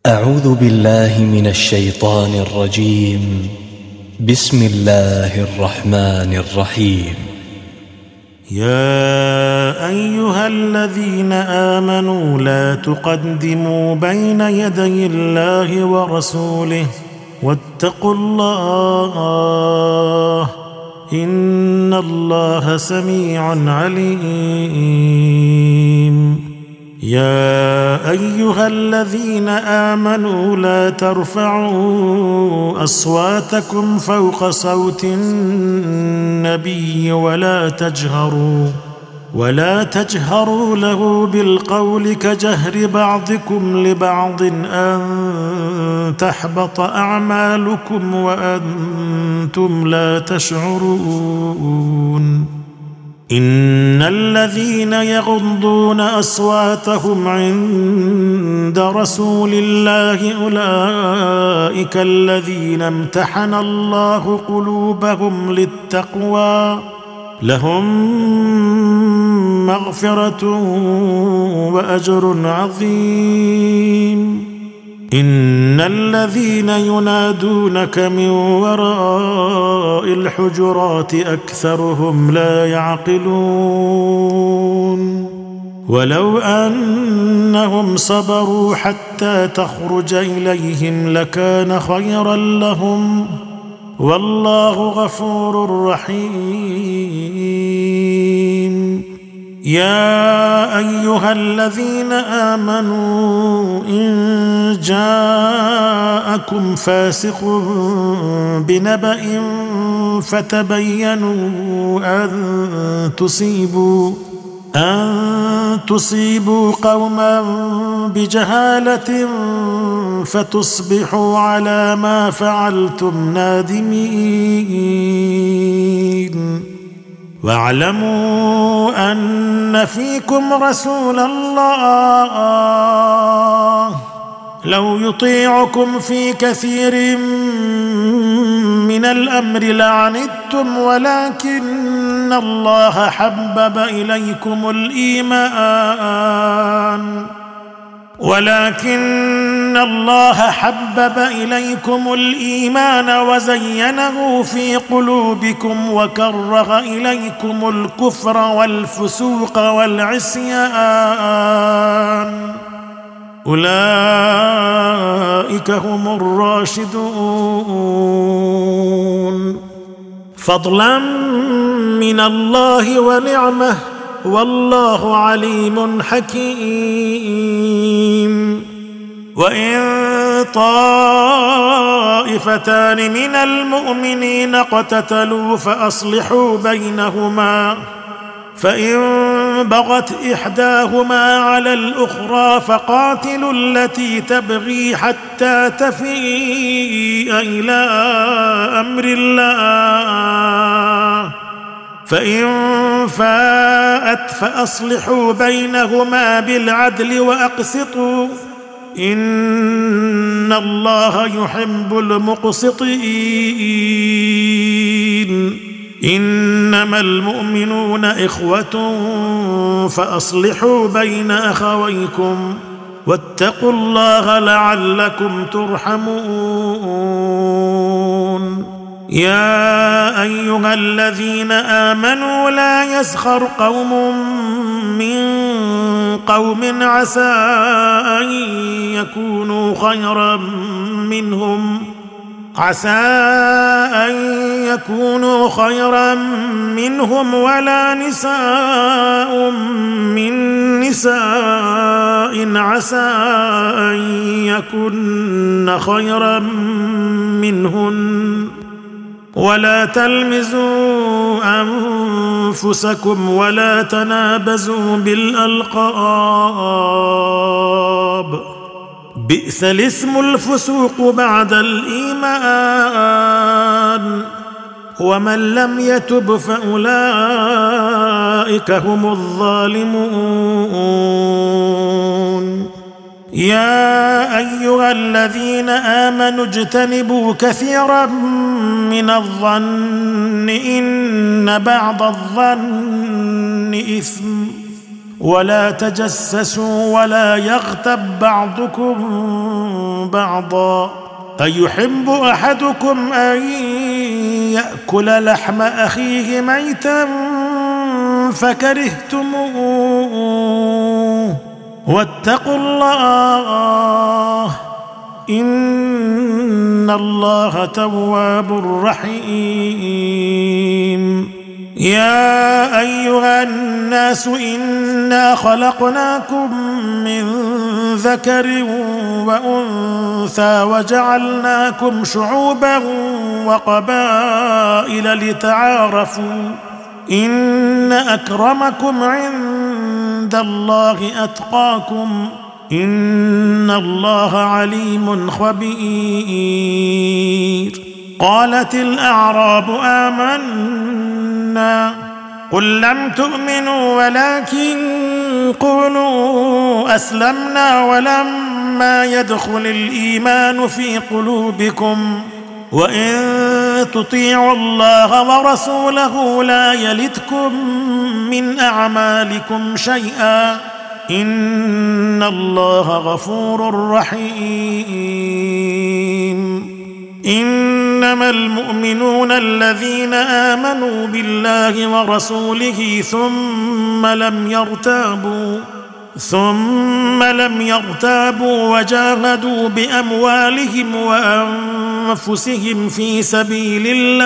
أعوذ بالله من الشيطان الرجيم. بسم الله الرحمن الرحيم. يا أيها الذين آمنوا لا تقدموا بين يدي الله ورسوله واتقوا الله إن الله سميع عليم. يا أيها الذين آمنوا لا ترفعوا أصواتكم فوق صوت النبي ولا تجهروا له بالقول كجهر بعضكم لبعض أن تحبط أعمالكم وأنتم لا تشعرون. إن الذين يغضون أصواتهم عند رسول الله أولئك الذين امتحن الله قلوبهم للتقوى لهم مغفرة وأجر عظيم. إن الذين ينادونك من وراء الحجرات أكثرهم لا يعقلون. ولو أنهم صبروا حتى تخرج إليهم لكان خيرا لهم والله غفور رحيم. يا أيها الذين آمنوا إن جاءكم فاسق بنبأ فتبينوا أن تصيبوا قوما بجهالة فتصبحوا على ما فعلتم نادمين. واعلموا أن فيكم رسول الله لو يطيعكم في كثير من الأمر لعنتم ولكن الله حبب إليكم الإيمان وزينه في قلوبكم وكره إليكم الكفر والفسوق والعصيان أولئك هم الراشدون فضلا من الله ونعمه والله عليم حكيم. وإن طائفتان من المؤمنين اقتتلوا فأصلحوا بينهما فإن بغت إحداهما على الأخرى فقاتلوا التي تبغي حتى تفيء إلى أمر الله فإن فاءت فأصلحوا بينهما بالعدل وأقسطوا إن الله يحب المقسطين. إنما المؤمنون إخوة فأصلحوا بين أخويكم واتقوا الله لعلكم ترحمون. يا أيها الذين آمنوا لا يسخر قوم من قوم عسى أن يكونوا خيرا منهم ولا نساء من نساء عسى أن يكن خيرا منهن ولا تلمزوا أنفسكم ولا تنابزوا بالألقاب بئس الاسم الفسوق بعد الإيمان ومن لم يتب فأولئك هم الظالمون. يا أيها الذين آمنوا اجتنبوا كثيرا من الظن إن بعض الظن إثم ولا تجسسوا ولا يغتب بعضكم بعضا أيحب أحدكم أن يأكل لحم أخيه ميتا فكرهتموه واتقوا الله إن الله تواب رحيم يا أيها الناس إنا خلقناكم من ذكر وأنثى وجعلناكم شعوبا وقبائل لتعارفوا إن أكرمكم عند الله أتقاكم إن الله عليم خبير قالت الأعراب آمنا قل لم تؤمنوا ولكن قولوا أسلمنا ولما يدخل الإيمان في قلوبكم وإن تطيعوا الله ورسوله لا يلتكم من أعمالكم شيئا إن الله غفور رحيم إنما المؤمنون الذين آمنوا بالله ورسوله ثم لم يرتابوا وجاهدوا بأموالهم وأنفسهم في سبيل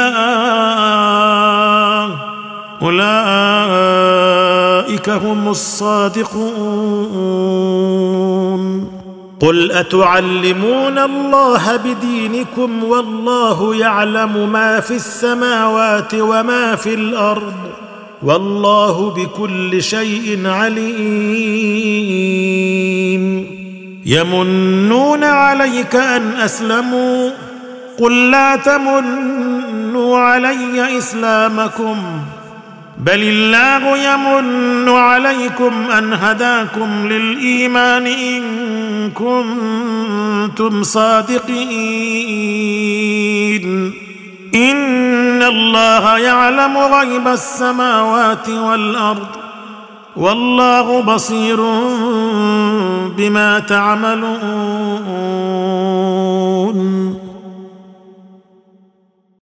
الله أولئك هم الصادقون قل أتعلمون الله بدينكم والله يعلم ما في السماوات وما في الأرض والله بكل شيء عليم يمنون عليك أن أسلموا قل لا تمنوا علي إسلامكم بل الله يمن عليكم أن هداكم للإيمان إن كنتم صادقين إن الله يعلم غيب السماوات والأرض والله بصير بما تعملون